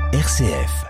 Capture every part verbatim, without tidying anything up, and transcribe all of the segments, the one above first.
R C F.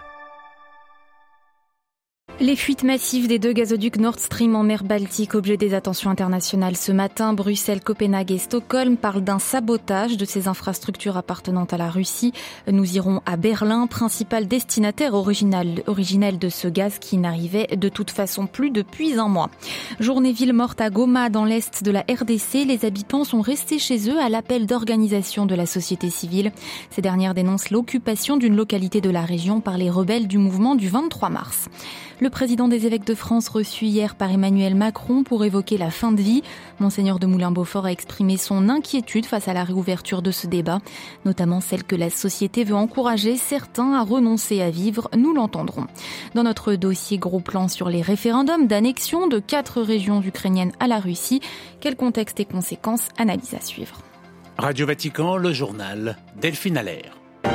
Les fuites massives des deux gazoducs Nord Stream en mer Baltique, objet des attentions internationales ce matin. Bruxelles, Copenhague et Stockholm parlent d'un sabotage de ces infrastructures appartenant à la Russie. Nous irons à Berlin, principal destinataire original, originel de ce gaz qui n'arrivait de toute façon plus depuis un mois. Journée ville morte à Goma, dans l'est de la R D C. Les habitants sont restés chez eux à l'appel d'organisation de la société civile. Ces dernières dénoncent l'occupation d'une localité de la région par les rebelles du mouvement du vingt-trois mars. Le président des évêques de France reçu hier par Emmanuel Macron pour évoquer la fin de vie. Monseigneur de Moulin-Beaufort a exprimé son inquiétude face à la réouverture de ce débat, notamment celle que la société veut encourager certains à renoncer à vivre. Nous l'entendrons. Dans notre dossier gros plan sur les référendums d'annexion de quatre régions ukrainiennes à la Russie, quel contexte et conséquences, analyse à suivre. Radio Vatican, le journal, Delphine Allaire.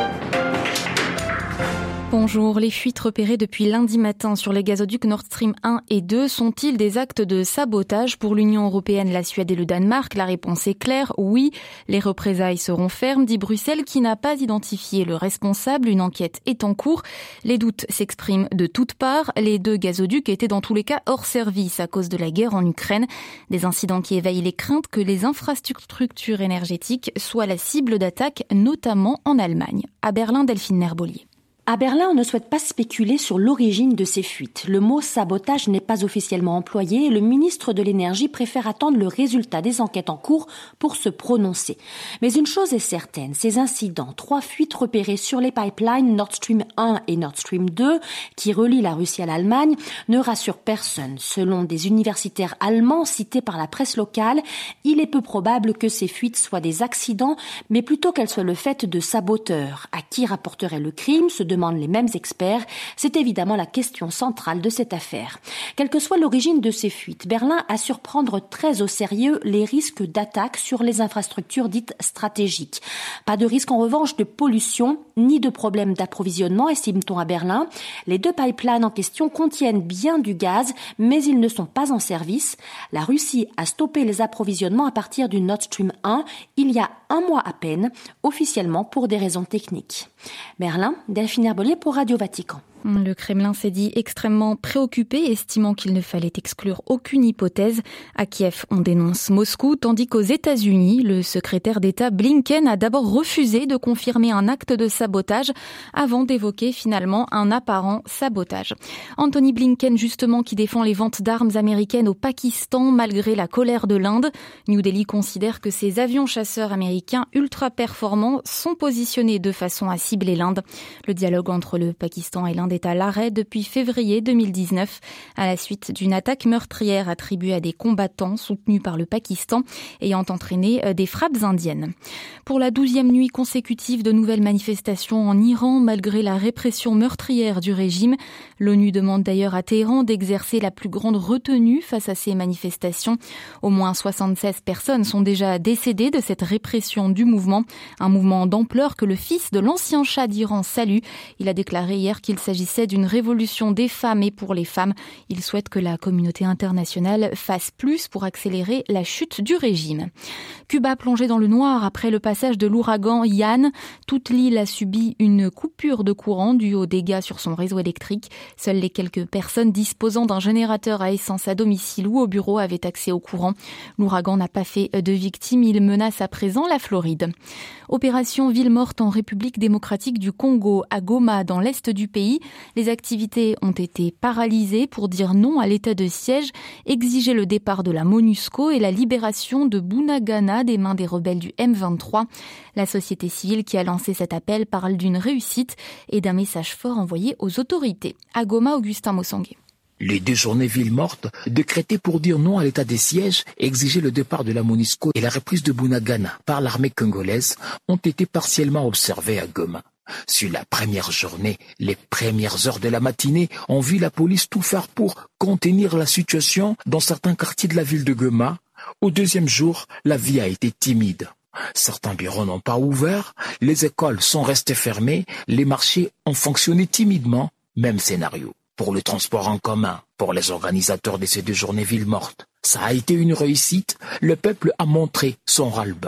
Bonjour. Les fuites repérées depuis lundi matin sur les gazoducs Nord Stream un et deux sont-ils des actes de sabotage pour l'Union européenne, la Suède et le Danemark? La réponse est claire, oui. Les représailles seront fermes, dit Bruxelles, qui n'a pas identifié le responsable. Une enquête est en cours. Les doutes s'expriment de toutes parts. Les deux gazoducs étaient dans tous les cas hors service à cause de la guerre en Ukraine. Des incidents qui éveillent les craintes que les infrastructures énergétiques soient la cible d'attaques, notamment en Allemagne. À Berlin, Delphine Nerbolier. À Berlin, on ne souhaite pas spéculer sur l'origine de ces fuites. Le mot sabotage n'est pas officiellement employé et le ministre de l'Énergie préfère attendre le résultat des enquêtes en cours pour se prononcer. Mais une chose est certaine, ces incidents, trois fuites repérées sur les pipelines Nord Stream un et Nord Stream deux, qui relient la Russie à l'Allemagne, ne rassurent personne. Selon des universitaires allemands cités par la presse locale, il est peu probable que ces fuites soient des accidents, mais plutôt qu'elles soient le fait de saboteurs. À qui rapporterait le crime, se demandent les mêmes experts. C'est évidemment la question centrale de cette affaire. Quelle que soit l'origine de ces fuites, Berlin a su prendre très au sérieux les risques d'attaque sur les infrastructures dites stratégiques. Pas de risque en revanche de pollution, ni de problème d'approvisionnement, estime-t-on à Berlin. Les deux pipelines en question contiennent bien du gaz, mais ils ne sont pas en service. La Russie a stoppé les approvisionnements à partir du Nord Stream un il y a un mois à peine, officiellement pour des raisons techniques. Berlin, Delphine Nerbolier pour Radio Vatican. Le Kremlin s'est dit extrêmement préoccupé, estimant qu'il ne fallait exclure aucune hypothèse. À Kiev, on dénonce Moscou, tandis qu'aux États-Unis, le secrétaire d'État Blinken a d'abord refusé de confirmer un acte de sabotage avant d'évoquer finalement un apparent sabotage. Anthony Blinken, justement, qui défend les ventes d'armes américaines au Pakistan malgré la colère de l'Inde. New Delhi considère que ces avions chasseurs américains ultra performants sont positionnés de façon à cibler l'Inde. Le dialogue entre le Pakistan et l'Inde est à l'arrêt depuis février deux mille dix-neuf à la suite d'une attaque meurtrière attribuée à des combattants soutenus par le Pakistan ayant entraîné des frappes indiennes. Pour la douzième nuit consécutive, de nouvelles manifestations en Iran malgré la répression meurtrière du régime. L'ONU demande d'ailleurs à Téhéran d'exercer la plus grande retenue face à ces manifestations. Au moins soixante-seize personnes sont déjà décédées de cette répression du mouvement, un mouvement d'ampleur que le fils de l'ancien Shah d'Iran salue. Il a déclaré hier qu'il s'agissait d'une révolution des femmes et pour les femmes. Il souhaite que la communauté internationale fasse plus pour accélérer la chute du régime. Cuba plongé dans le noir après le passage de l'ouragan Ian. Toute l'île a subi une coupure de courant due aux dégâts sur son réseau électrique. Seules les quelques personnes disposant d'un générateur à essence à domicile ou au bureau avaient accès au courant. L'ouragan n'a pas fait de victimes. Il menace à présent la Floride. Opération ville morte en République démocratique du Congo, à Goma, dans l'est du pays. Les activités ont été paralysées pour dire non à l'état de siège, exiger le départ de la MONUSCO et la libération de Bunagana des mains des rebelles du M vingt-trois. La société civile qui a lancé cet appel parle d'une réussite et d'un message fort envoyé aux autorités. À Goma, Augustin Mossangué. Les deux journées ville morte, décrétées pour dire non à l'état des sièges, exiger le départ de la MONUSCO et la reprise de Bunagana par l'armée congolaise, ont été partiellement observées à Goma. Sur la première journée, les premières heures de la matinée ont vu la police tout faire pour contenir la situation dans certains quartiers de la ville de Goma. Au deuxième jour, la vie a été timide. Certains bureaux n'ont pas ouvert, les écoles sont restées fermées, les marchés ont fonctionné timidement, même scénario. Pour le transport en commun, pour les organisateurs de ces deux journées ville mortes, ça a été une réussite, le peuple a montré son ras-le-bol.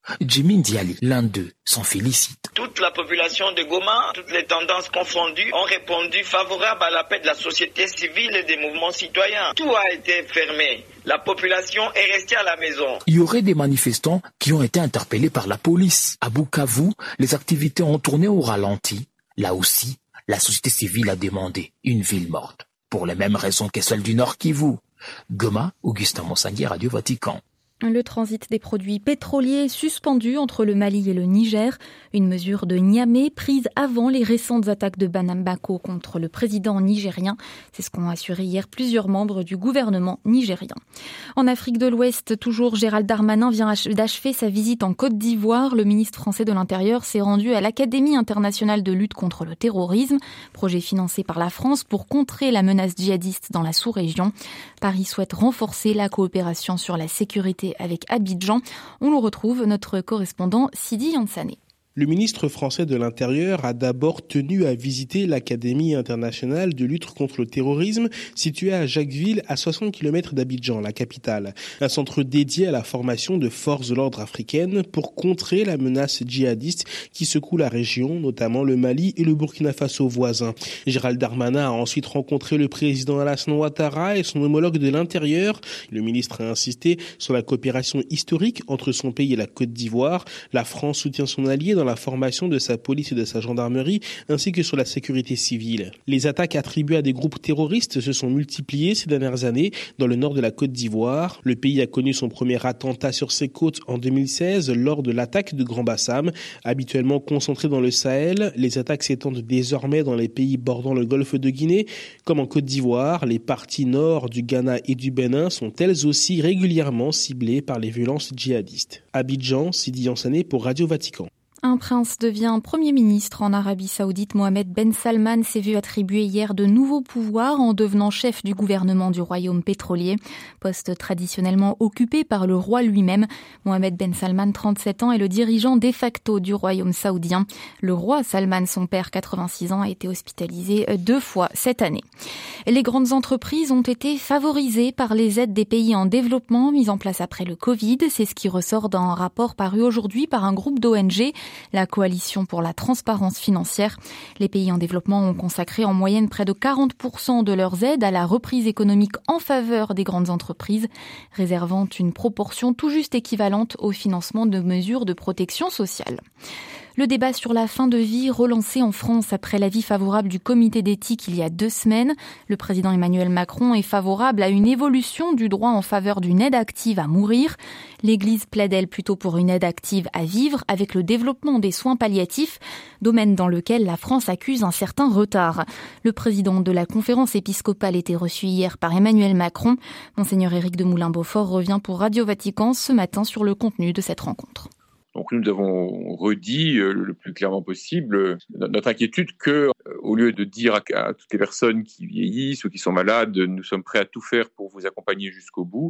Jimmy Ndiaye, l'un d'eux, s'en félicite. Toute la population de Goma, toutes les tendances confondues, ont répondu favorable à l'appel de la société civile et des mouvements citoyens. Tout a été fermé. La population est restée à la maison. Il y aurait des manifestants qui ont été interpellés par la police. À Bukavu, les activités ont tourné au ralenti. Là aussi, la société civile a demandé une ville morte, pour les mêmes raisons que celle du Nord Kivu. Goma, Augustin Monsangui, Radio Vatican. Le transit des produits pétroliers est suspendu entre le Mali et le Niger, une mesure de Niamey prise avant les récentes attaques de Bamako contre le président nigérien. C'est ce qu'ont assuré hier plusieurs membres du gouvernement nigérien. En Afrique de l'Ouest, toujours Gérald Darmanin vient d'achever sa visite en Côte d'Ivoire. Le ministre français de l'Intérieur s'est rendu à l'Académie internationale de lutte contre le terrorisme, projet financé par la France pour contrer la menace djihadiste dans la sous-région. Paris souhaite renforcer la coopération sur la sécurité avec Abidjan. On le retrouve, notre correspondant Sidi Yansane. Le ministre français de l'Intérieur a d'abord tenu à visiter l'Académie internationale de lutte contre le terrorisme située à Jacquesville, à soixante kilomètres d'Abidjan, la capitale. Un centre dédié à la formation de forces de l'ordre africaines pour contrer la menace djihadiste qui secoue la région, notamment le Mali et le Burkina Faso voisin. Gérald Darmanin a ensuite rencontré le président Alassane Ouattara et son homologue de l'Intérieur. Le ministre a insisté sur la coopération historique entre son pays et la Côte d'Ivoire. La France soutient son allié dans la formation de sa police et de sa gendarmerie, ainsi que sur la sécurité civile. Les attaques attribuées à des groupes terroristes se sont multipliées ces dernières années dans le nord de la Côte d'Ivoire. Le pays a connu son premier attentat sur ses côtes en deux mille seize lors de l'attaque de Grand Bassam. Habituellement concentrées dans le Sahel, les attaques s'étendent désormais dans les pays bordant le golfe de Guinée. Comme en Côte d'Ivoire, les parties nord du Ghana et du Bénin sont elles aussi régulièrement ciblées par les violences djihadistes. Abidjan, Sidi Yansane pour Radio Vatican. Un prince devient Premier ministre en Arabie Saoudite. Mohamed Ben Salman s'est vu attribuer hier de nouveaux pouvoirs en devenant chef du gouvernement du royaume pétrolier, poste traditionnellement occupé par le roi lui-même. Mohamed Ben Salman, trente-sept ans, est le dirigeant de facto du royaume saoudien. Le roi Salman, son père, quatre-vingt-six ans, a été hospitalisé deux fois cette année. Les grandes entreprises ont été favorisées par les aides des pays en développement mises en place après le Covid. C'est ce qui ressort d'un rapport paru aujourd'hui par un groupe d'O N G, la Coalition pour la transparence financière. Les pays en développement ont consacré en moyenne près de quarante pour cent de leurs aides à la reprise économique en faveur des grandes entreprises, réservant une proportion tout juste équivalente au financement de mesures de protection sociale. Le débat sur la fin de vie relancé en France après l'avis favorable du comité d'éthique il y a deux semaines. Le président Emmanuel Macron est favorable à une évolution du droit en faveur d'une aide active à mourir. L'Église plaide, elle, plutôt pour une aide active à vivre avec le développement des soins palliatifs, domaine dans lequel la France accuse un certain retard. Le président de la conférence épiscopale était reçu hier par Emmanuel Macron. Monseigneur Éric de Moulin-Beaufort revient pour Radio Vatican ce matin sur le contenu de cette rencontre. Donc nous avons redit le plus clairement possible notre inquiétude que, au lieu de dire à, à toutes les personnes qui vieillissent ou qui sont malades, nous sommes prêts à tout faire pour vous accompagner jusqu'au bout,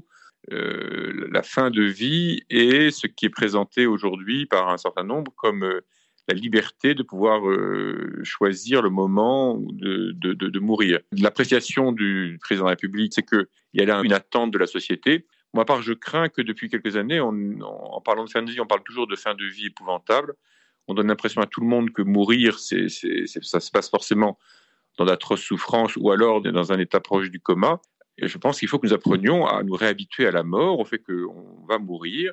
euh, la fin de vie est ce qui est présenté aujourd'hui par un certain nombre comme euh, la liberté de pouvoir euh, choisir le moment de, de, de, de mourir. L'appréciation du président de la République, c'est qu'il y a là une attente de la société. Moi, à part, je crains que depuis quelques années, on, en parlant de fin de vie, on parle toujours de fin de vie épouvantable. On donne l'impression à tout le monde que mourir, c'est, c'est, c'est, ça se passe forcément dans d'atroces souffrances ou alors dans un état proche du coma. Et je pense qu'il faut que nous apprenions à nous réhabituer à la mort, au fait qu'on va mourir,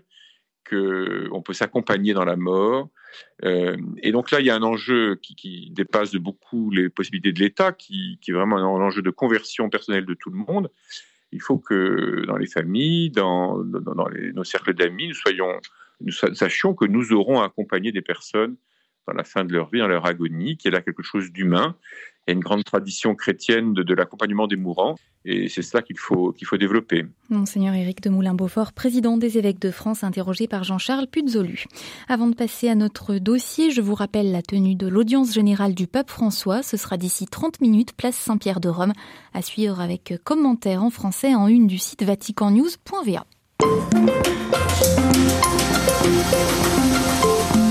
qu'on peut s'accompagner dans la mort. Euh, et donc là, il y a un enjeu qui, qui dépasse de beaucoup les possibilités de l'État, qui, qui est vraiment un enjeu de conversion personnelle de tout le monde. Il faut que dans les familles, dans, dans, dans les, nos cercles d'amis, nous, soyons, nous sachions que nous aurons à accompagner des personnes dans la fin de leur vie, dans leur agonie, qu'il y a là quelque chose d'humain. Il y a une grande tradition chrétienne de, de l'accompagnement des mourants, et c'est cela qu'il faut, qu'il faut développer. Monseigneur Éric de Moulin-Beaufort, président des évêques de France, interrogé par Jean-Charles Puzolu. Avant de passer à notre dossier, je vous rappelle la tenue de l'audience générale du pape François. Ce sera d'ici trente minutes, place Saint-Pierre de Rome, à suivre avec commentaires en français en une du site vatican news point v a. Le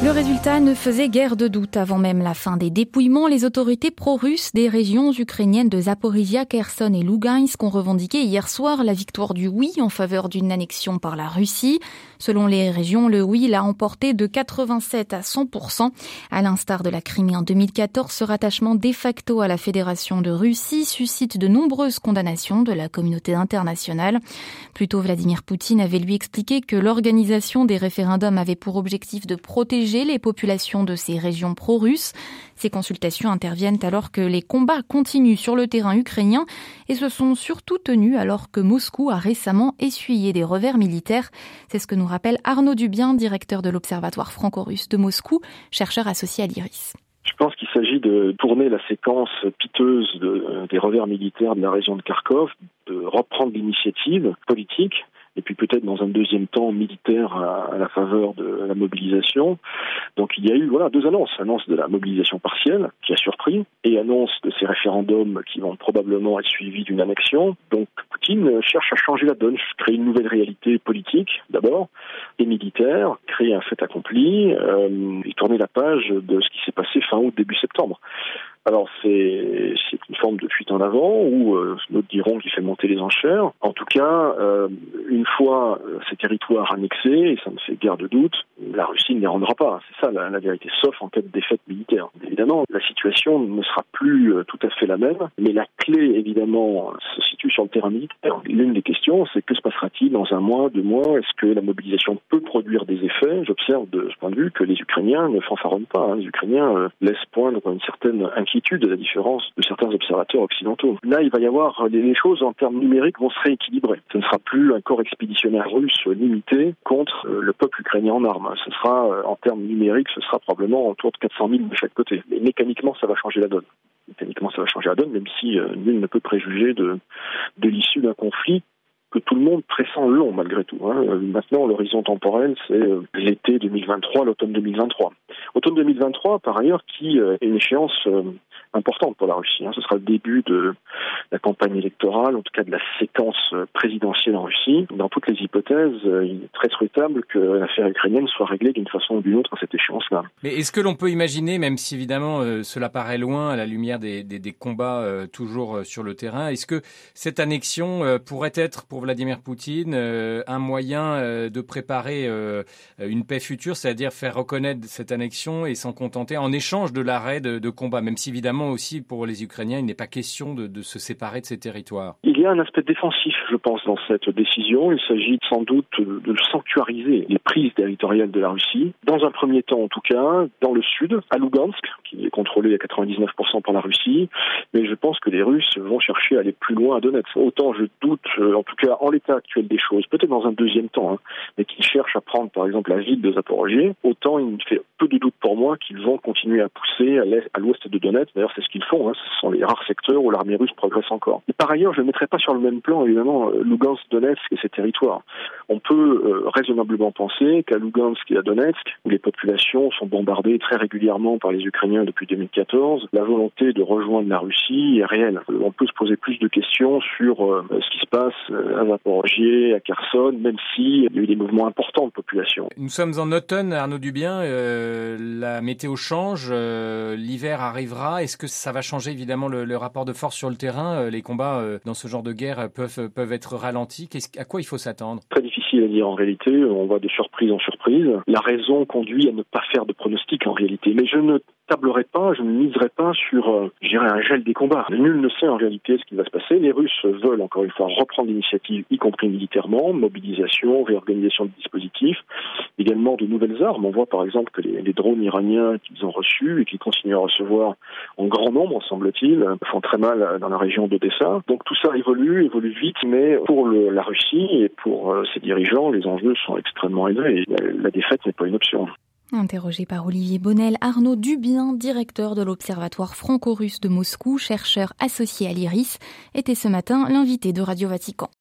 Le résultat ne faisait guère de doute. Avant même la fin des dépouillements, les autorités pro-russes des régions ukrainiennes de Zaporizhia, Kherson et Lougansk ont revendiqué hier soir la victoire du oui en faveur d'une annexion par la Russie. Selon les régions, le oui l'a emporté de quatre-vingt-sept à cent pour cent. À l'instar de la Crimée en deux mille quatorze, ce rattachement de facto à la Fédération de Russie suscite de nombreuses condamnations de la communauté internationale. Plus tôt, Vladimir Poutine avait lui expliqué que l'organisation des référendums avait pour objectif de protéger les populations de ces régions pro-russes. Ces consultations interviennent alors que les combats continuent sur le terrain ukrainien et se sont surtout tenus alors que Moscou a récemment essuyé des revers militaires. C'est ce que nous rappelle Arnaud Dubien, directeur de l'Observatoire franco-russe de Moscou, chercheur associé à l'IRIS. Je pense qu'il s'agit de tourner la séquence piteuse de, des revers militaires de la région de Kharkov, de reprendre l'initiative politique, et puis peut-être dans un deuxième temps militaire à, à la faveur de la mobilisation. Donc il y a eu voilà deux annonces. Annonce de la mobilisation partielle, qui a surpris, et annonce de ces référendums qui vont probablement être suivis d'une annexion. Donc Poutine cherche à changer la donne, créer une nouvelle réalité politique d'abord, et militaire, créer un fait accompli, euh, et tourner la page de ce qui s'est passé fin août, début septembre. Alors c'est, c'est une forme de fuite en avant, ou euh, d'autres diront qu'il fait monter les enchères. En tout cas, euh, une fois euh, ces territoires annexés, et ça ne fait guère de doute, la Russie ne les rendra pas. C'est ça la, la vérité, sauf en cas de défaite militaire. Évidemment, la situation ne sera plus euh, tout à fait la même, mais la clé, évidemment, se situe sur le terrain militaire. L'une des questions, c'est que se passera-t-il dans un mois, deux mois? Est-ce que la mobilisation peut produire des effets? J'observe de ce point de vue que les Ukrainiens ne fanfaronnent pas. Hein. Les Ukrainiens euh, laissent poindre une certaine inquiétude, à la différence de certains observateurs occidentaux. Là, il va y avoir, les choses en termes numériques vont se rééquilibrer. Ce ne sera plus un corps expéditionnaire russe limité contre le peuple ukrainien en armes. Ce sera, en termes numériques, ce sera probablement autour de quatre cent mille de chaque côté. Mais mécaniquement, ça va changer la donne. Mécaniquement, ça va changer la donne, même si euh, nul ne peut préjuger de, de l'issue d'un conflit que tout le monde pressent long malgré tout. Hein. Maintenant, l'horizon temporel, c'est euh, l'été deux mille vingt-trois, l'automne deux mille vingt-trois. Automne deux mille vingt-trois, par ailleurs, qui euh, est une échéance euh, importante pour la Russie. Hein. Ce sera le début de la campagne électorale, en tout cas de la séquence présidentielle en Russie. Dans toutes les hypothèses, euh, il est très souhaitable que l'affaire ukrainienne soit réglée d'une façon ou d'une autre à cette échéance-là. Mais est-ce que l'on peut imaginer, même si évidemment euh, cela paraît loin à la lumière des, des, des combats euh, toujours euh, sur le terrain, est-ce que cette annexion euh, pourrait être pour Vladimir Poutine euh, un moyen euh, de préparer euh, une paix future, c'est-à-dire faire reconnaître cette annexion et s'en contenter en échange de l'arrêt de, de combat, même si évidemment aussi pour les Ukrainiens il n'est pas question de, de se séparer de ces territoires? Il y a un aspect défensif, je pense, dans cette décision. Il s'agit sans doute de sanctuariser les prises territoriales de la Russie, dans un premier temps en tout cas, dans le sud, à Lougansk, qui est contrôlé à quatre-vingt-dix-neuf pour cent par la Russie, mais je pense que les Russes vont chercher à aller plus loin à Donetsk. Autant je doute, en tout cas en l'état actuel des choses, peut-être dans un deuxième temps, hein, mais qu'ils cherchent à prendre par exemple la ville de Zaporizhia, autant il me fait peu de doute pour moi qu'ils vont continuer à pousser à, l'est, à l'ouest de Donetsk. D'ailleurs c'est ce qu'ils font, hein, ce sont les rares secteurs où l'armée russe progresse encore. Et par ailleurs, je ne mettrai pas sur le même plan évidemment Lougansk, Donetsk et ces territoires. On peut euh, raisonnablement penser qu'à Lougansk et à Donetsk, où les populations sont bombardées très régulièrement par les Ukrainiens depuis deux mille quatorze, la volonté de rejoindre la Russie est réelle. Euh, on peut se poser plus de questions sur euh, ce qui se passe à Zaporizhia, à Kherson, même s'il y a eu des mouvements importants de population. Nous sommes en automne, Arnaud Dubien, euh, la météo change, euh, l'hiver arrivera. Est-ce que ça va changer évidemment le, le rapport de force sur le terrain? euh, Les combats euh, dans ce genre de guerre peuvent, peuvent être ralentis. Qu'est-ce, à quoi il faut s'attendre? Très difficile à dire en réalité, on va de surprise en surprise. La raison conduit à ne pas faire de pronostic en réalité, mais je ne tablerai pas, je ne miserai pas sur, euh, je dirais, un gel des combats. Nul ne sait en réalité ce qui va se passer. Les Russes veulent encore une fois reprendre l'initiative, y compris militairement, mobilisation, réorganisation de dispositifs, également de nouvelles armes. On voit par exemple que les, les drones iraniens qu'ils ont reçus et qu'ils continuent à recevoir en grand nombre, semble-t-il, font très mal dans la région d'Odessa. Donc tout ça évolue, évolue vite, mais pour le, la Russie et pour euh, ses dirigeants, les enjeux sont extrêmement élevés. Et la, la défaite n'est pas une option. Interrogé par Olivier Bonnel, Arnaud Dubien, directeur de l'Observatoire franco-russe de Moscou, chercheur associé à l'IRIS, était ce matin l'invité de Radio Vatican.